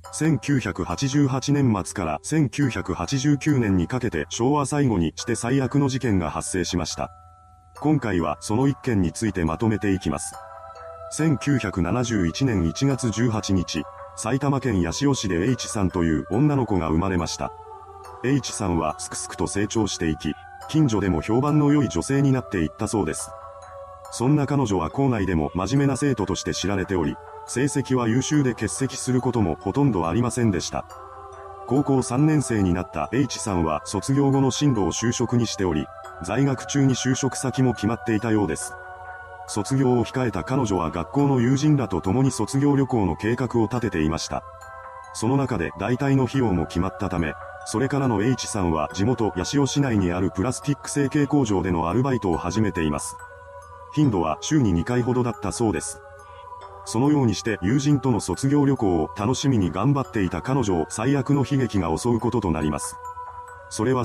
1988年末から1989年にかけて昭和最後にして最悪の事件が発生しました。今回はその一件についてまとめていきます。1971年1月18日、埼玉県八潮市で H さんという女の子が生まれました。H さんはすくすくと成長していき、近所でも評判の良い女性になっていったそうです。そんな彼女は校内でも真面目な生徒として知られており、成績は優秀で欠席することもほとんどありませんでした。高校3年生になった H さんは卒業後の進路を就職にしており、在学中に就職先も決まっていたようです。卒業を控えた彼女は学校の友人らと共に卒業旅行の計画を立てていました。その中で大体の費用も決まったため、それからの H さんは地元八潮市内にあるプラスチック成形工場でのアルバイトを始めています。頻度は週に2回ほどだったそうです。そのようにして友人との卒業旅行を楽しみに頑張っていた彼女を最悪の悲劇が襲うこととなります。それは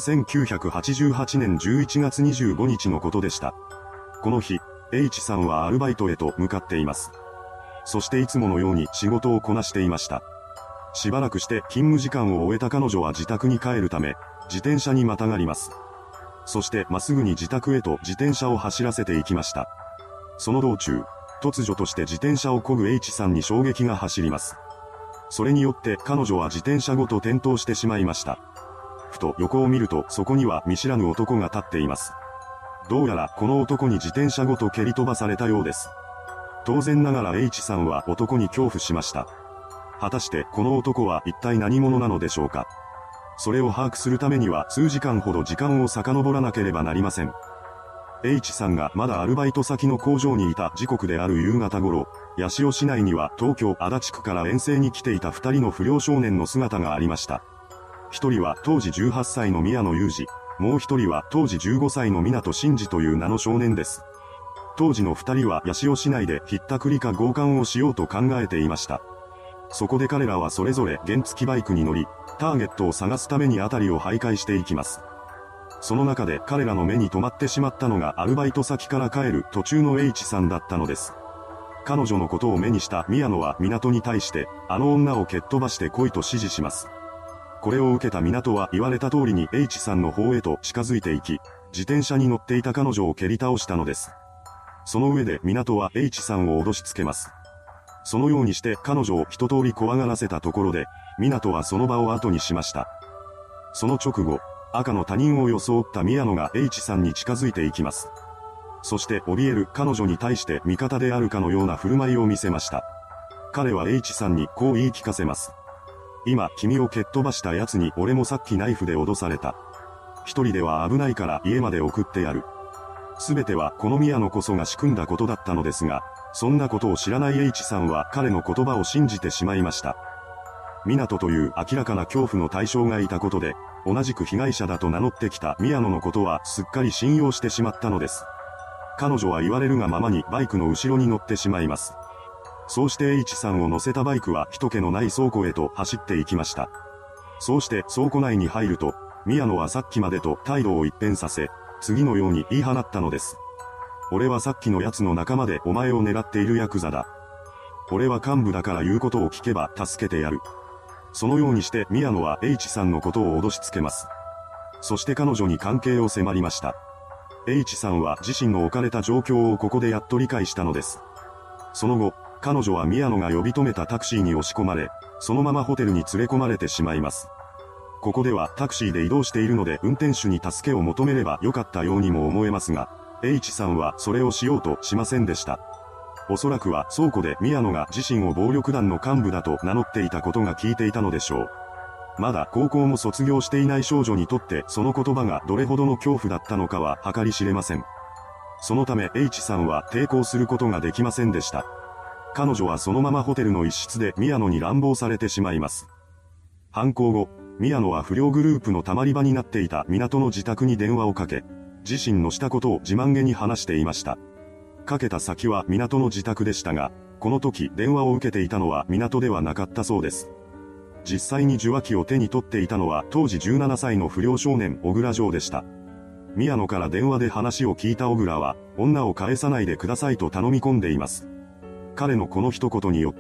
1988年11月25日のことでした。この日、H さんはアルバイトへと向かっています。そしていつものように仕事をこなしていました。しばらくして勤務時間を終えた彼女は自宅に帰るため、自転車にまたがります。そしてまっすぐに自宅へと自転車を走らせていきました。その道中、突如として自転車を漕ぐ H さんに衝撃が走ります。それによって彼女は自転車ごと転倒してしまいました。ふと横を見るとそこには見知らぬ男が立っています。どうやらこの男に自転車ごと蹴り飛ばされたようです。当然ながら H さんは男に恐怖しました。果たしてこの男は一体何者なのでしょうか。それを把握するためには数時間ほど時間を遡らなければなりません。H さんがまだアルバイト先の工場にいた時刻である夕方頃、八潮市内には東京足立区から遠征に来ていた2人の不良少年の姿がありました。1人は当時18歳の宮野裕二、もう1人は当時15歳の湊真二という名の少年です。当時の2人は八潮市内でひったくりか強姦をしようと考えていました。そこで彼らはそれぞれ原付バイクに乗り、ターゲットを探すために辺りを徘徊していきます。その中で彼らの目に留まってしまったのがアルバイト先から帰る途中の H さんだったのです。彼女のことを目にした宮野は港に対して、あの女を蹴っ飛ばして来いと指示します。これを受けた港は言われた通りに H さんの方へと近づいていき、自転車に乗っていた彼女を蹴り倒したのです。その上で港は H さんを脅しつけます。そのようにして彼女を一通り怖がらせたところで、港はその場を後にしました。その直後、赤の他人を装った宮野が H さんに近づいていきます。そして怯える彼女に対して味方であるかのような振る舞いを見せました。彼は H さんにこう言い聞かせます。今君を蹴っ飛ばした奴に俺もさっきナイフで脅された。一人では危ないから家まで送ってやる。すべてはこの宮野こそが仕組んだことだったのですが、そんなことを知らない H さんは彼の言葉を信じてしまいました。港という明らかな恐怖の対象がいたことで、同じく被害者だと名乗ってきた宮野のことはすっかり信用してしまったのです。彼女は言われるがままにバイクの後ろに乗ってしまいます。そうして H さんを乗せたバイクは人気のない倉庫へと走っていきました。そうして倉庫内に入ると、宮野はさっきまでと態度を一変させ、次のように言い放ったのです。俺はさっきの奴の仲間でお前を狙っているヤクザだ。俺は幹部だから言うことを聞けば助けてやる。そのようにして宮野は H さんのことを脅しつけます。そして彼女に関係を迫りました。H さんは自身の置かれた状況をここでやっと理解したのです。その後、彼女は宮野が呼び止めたタクシーに押し込まれ、そのままホテルに連れ込まれてしまいます。ここではタクシーで移動しているので運転手に助けを求めればよかったようにも思えますが、H さんはそれをしようとしませんでした。おそらくは倉庫で宮野が自身を暴力団の幹部だと名乗っていたことが効いていたのでしょう。まだ高校も卒業していない少女にとってその言葉がどれほどの恐怖だったのかは計り知れません。そのため H さんは抵抗することができませんでした。彼女はそのままホテルの一室で宮野に乱暴されてしまいます。犯行後、宮野は不良グループのたまり場になっていた港の自宅に電話をかけ、自身のしたことを自慢げに話していました。かけた先は港の自宅でしたが、この時電話を受けていたのは港ではなかったそうです。実際に受話器を手に取っていたのは当時17歳の不良少年小倉丈でした。宮野から電話で話を聞いた小倉は、女を返さないでくださいと頼み込んでいます。彼のこの一言によって、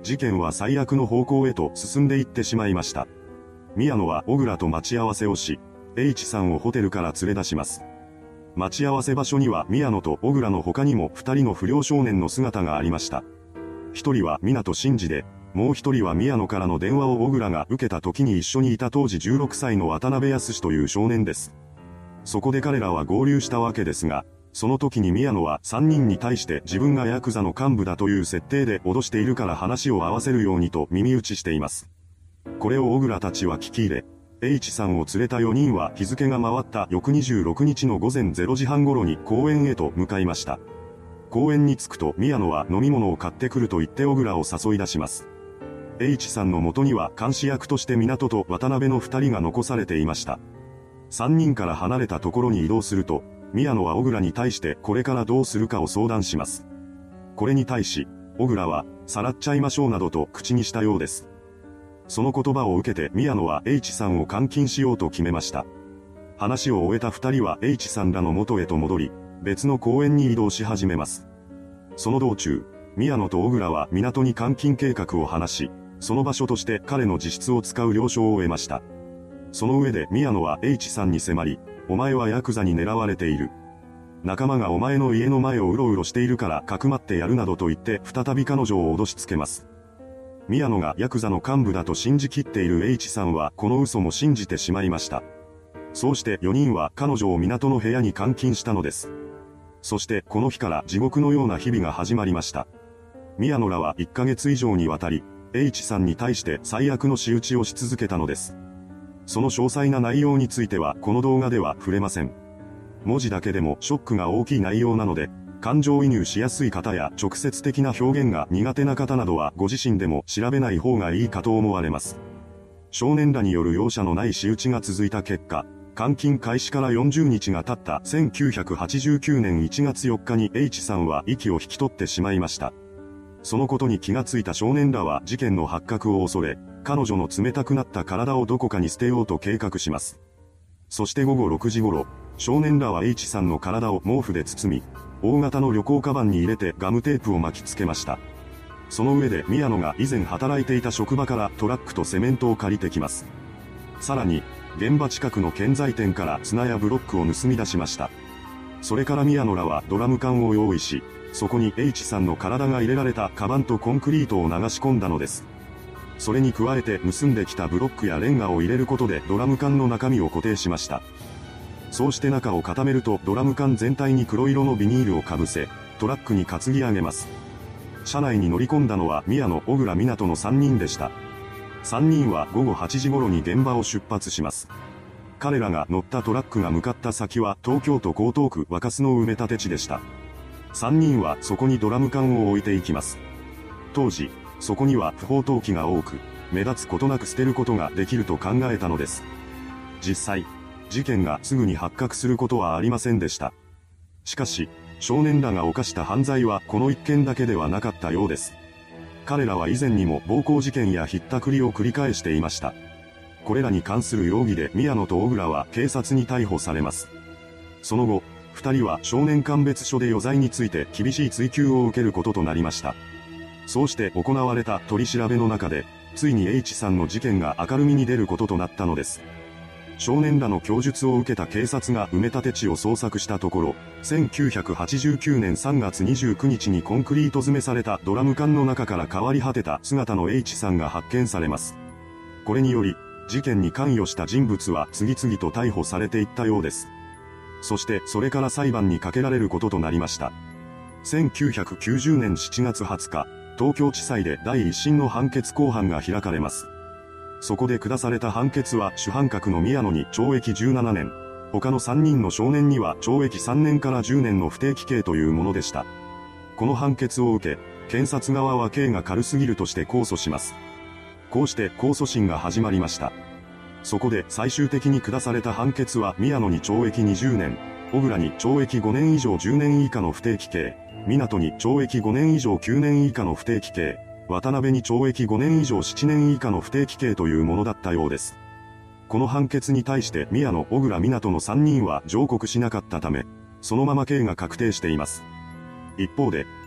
事件は最悪の方向へと進んでいってしまいました。宮野は小倉と待ち合わせをし、H さんをホテルから連れ出します。待ち合わせ場所には宮野と小倉の他にも2人の不良少年の姿がありました。1人は湊真二で、もう1人は宮野からの電話を小倉が受けた時に一緒にいた当時16歳の渡辺康という少年です。そこで彼らは合流したわけですが、その時に宮野は3人に対して自分がヤクザの幹部だという設定で脅しているから話を合わせるようにと耳打ちしています。これを小倉たちは聞き入れ、H さんを連れた4人は日付が回った翌26日の午前0時半頃に公園へと向かいました。公園に着くと宮野は飲み物を買ってくると言って小倉を誘い出します。H さんの元には監視役として湊と渡辺の2人が残されていました。3人から離れたところに移動すると、宮野は小倉に対してこれからどうするかを相談します。これに対し、小倉は、さらっちゃいましょうなどと口にしたようです。その言葉を受けて宮野は H さんを監禁しようと決めました。話を終えた2人は H さんらの元へと戻り、別の公園に移動し始めます。その道中、宮野と小倉は港に監禁計画を話し、その場所として彼の自室を使う了承を得ました。その上で宮野は H さんに迫り、お前はヤクザに狙われている。仲間がお前の家の前をうろうろしているからかくまってやるなどと言って再び彼女を脅しつけます。宮野がヤクザの幹部だと信じきっている H さんはこの嘘も信じてしまいました。そうして4人は彼女を港の部屋に監禁したのです。そしてこの日から地獄のような日々が始まりました。宮野らは1ヶ月以上にわたり、H さんに対して最悪の仕打ちをし続けたのです。その詳細な内容についてはこの動画では触れません。文字だけでもショックが大きい内容なので、感情移入しやすい方や直接的な表現が苦手な方などはご自身でも調べない方がいいかと思われます。少年らによる容赦のない仕打ちが続いた結果、監禁開始から40日が経った1989年1月4日に H さんは息を引き取ってしまいました。そのことに気がついた少年らは事件の発覚を恐れ、彼女の冷たくなった体をどこかに捨てようと計画します。そして午後6時頃、少年らは H さんの体を毛布で包み、大型の旅行カバンに入れてガムテープを巻きつけました。その上で宮野が以前働いていた職場からトラックとセメントを借りてきます。さらに、現場近くの建材店から砂やブロックを盗み出しました。それから宮野らはドラム缶を用意し、そこに H さんの体が入れられたカバンとコンクリートを流し込んだのです。それに加えて盗んできたブロックやレンガを入れることでドラム缶の中身を固定しました。そうして中を固めるとドラム缶全体に黒色のビニールをかぶせ、トラックに担ぎ上げます。車内に乗り込んだのは宮野、小倉、湊の3人でした。3人は午後8時頃に現場を出発します。彼らが乗ったトラックが向かった先は東京都江東区若洲の埋め立て地でした。3人はそこにドラム缶を置いていきます。当時、そこには不法投棄が多く、目立つことなく捨てることができると考えたのです。実際、事件がすぐに発覚することはありませんでした。しかし、少年らが犯した犯罪はこの一件だけではなかったようです。彼らは以前にも暴行事件やひったくりを繰り返していました。これらに関する容疑で宮野と小倉は警察に逮捕されます。その後、2人は少年鑑別所で余罪について厳しい追及を受けることとなりました。そうして行われた取り調べの中で、ついに H さんの事件が明るみに出ることとなったのです。少年らの供述を受けた警察が埋め立て地を捜索したところ、1989年3月29日にコンクリート詰めされたドラム缶の中から変わり果てた姿の H さんが発見されます。これにより、事件に関与した人物は次々と逮捕されていったようです。そしてそれから裁判にかけられることとなりました。1990年7月20日、東京地裁で第一審の判決公判が開かれます。そこで下された判決は主犯格の宮野に懲役17年、他の3人の少年には懲役3年から10年の不定期刑というものでした。この判決を受け、検察側は刑が軽すぎるとして控訴します。こうして控訴審が始まりました。そこで最終的に下された判決は宮野に懲役20年、小倉に懲役5年以上10年以下の不定期刑、湊に懲役5年以上9年以下の不定期刑、渡辺に懲役5年以上7年以下の不定期刑というものだったようです。この判決に対して宮野、小倉、湊の3人は上告しなかったため、そのまま刑が確定しています。一方で、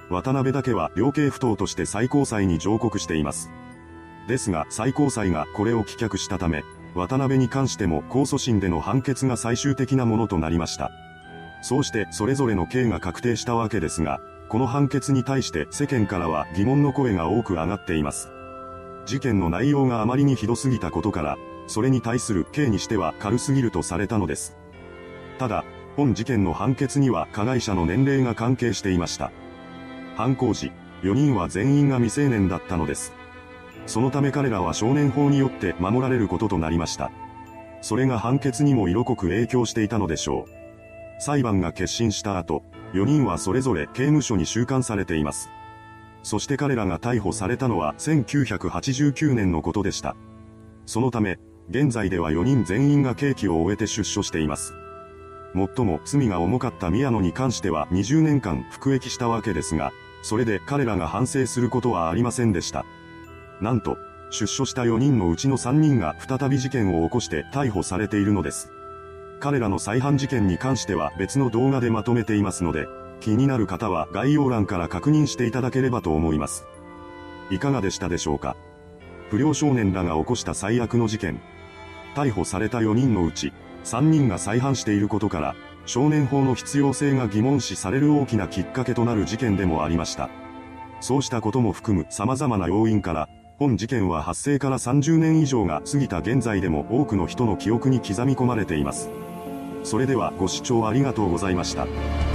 渡辺だけは量刑不当として最高裁に上告しています。ですが最高裁がこれを棄却したため、渡辺に関しても控訴審での判決が最終的なものとなりました。そうしてそれぞれの刑が確定したわけですが、この判決に対して世間からは疑問の声が多く上がっています。事件の内容があまりにひどすぎたことから、それに対する刑にしては軽すぎるとされたのです。ただ、本事件の判決には加害者の年齢が関係していました。犯行時、4人は全員が未成年だったのです。そのため彼らは少年法によって守られることとなりました。それが判決にも色濃く影響していたのでしょう。裁判が結審した後、4人はそれぞれ刑務所に収監されています。そして彼らが逮捕されたのは1989年のことでした。そのため、現在では4人全員が刑期を終えて出所しています。もっとも罪が重かった宮野に関しては20年間服役したわけですが、それで彼らが反省することはありませんでした。なんと、出所した4人のうちの3人が再び事件を起こして逮捕されているのです。彼らの再犯事件に関しては別の動画でまとめていますので、気になる方は概要欄から確認していただければと思います。いかがでしたでしょうか。不良少年らが起こした最悪の事件。逮捕された4人のうち、3人が再犯していることから、少年法の必要性が疑問視される大きなきっかけとなる事件でもありました。そうしたことも含む様々な要因から、本事件は発生から30年以上が過ぎた現在でも多くの人の記憶に刻み込まれています。それではご視聴ありがとうございました。